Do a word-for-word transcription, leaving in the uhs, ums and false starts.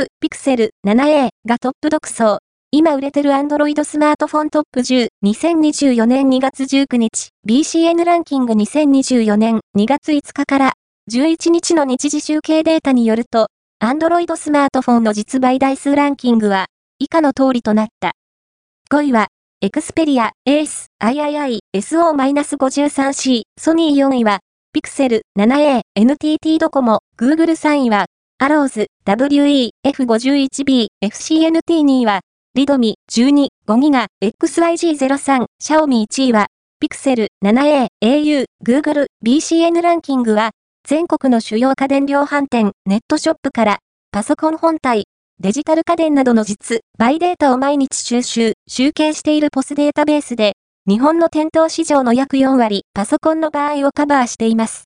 Google Pixel セブンエー がトップ独走。今売れてる Android スマートフォントップじゅう、にせんにじゅうよねんにがつじゅうくにち、ビーシーエヌ ランキングにせんにじゅうよねんにがついつかからじゅういちにちの日時集計データによると、Android スマートフォンの実売台数ランキングは以下の通りとなった。ごいは、Xperia、Ace、アイアイアイ、エスオーごじゅうさんシー、ソニーよんいは、Pixel セブンエー、エヌティーティー ドコモ、Google さんいは、Arrows、ダブリューイー、エフごじゅういちビー、エフシーエヌティーにいは、リドミ、じゅうに、ごギガ、エックスワイジーゼロさん、Xiaomiいちいは、Pixel セブンエー、エーユー、Google、ビーシーエヌ ランキングは、全国の主要家電量販店、ネットショップから、パソコン本体、デジタル家電などの実、売データを毎日収集、集計しているポスデータベースで、日本の店頭市場の約よんわり、パソコンの場合をカバーしています。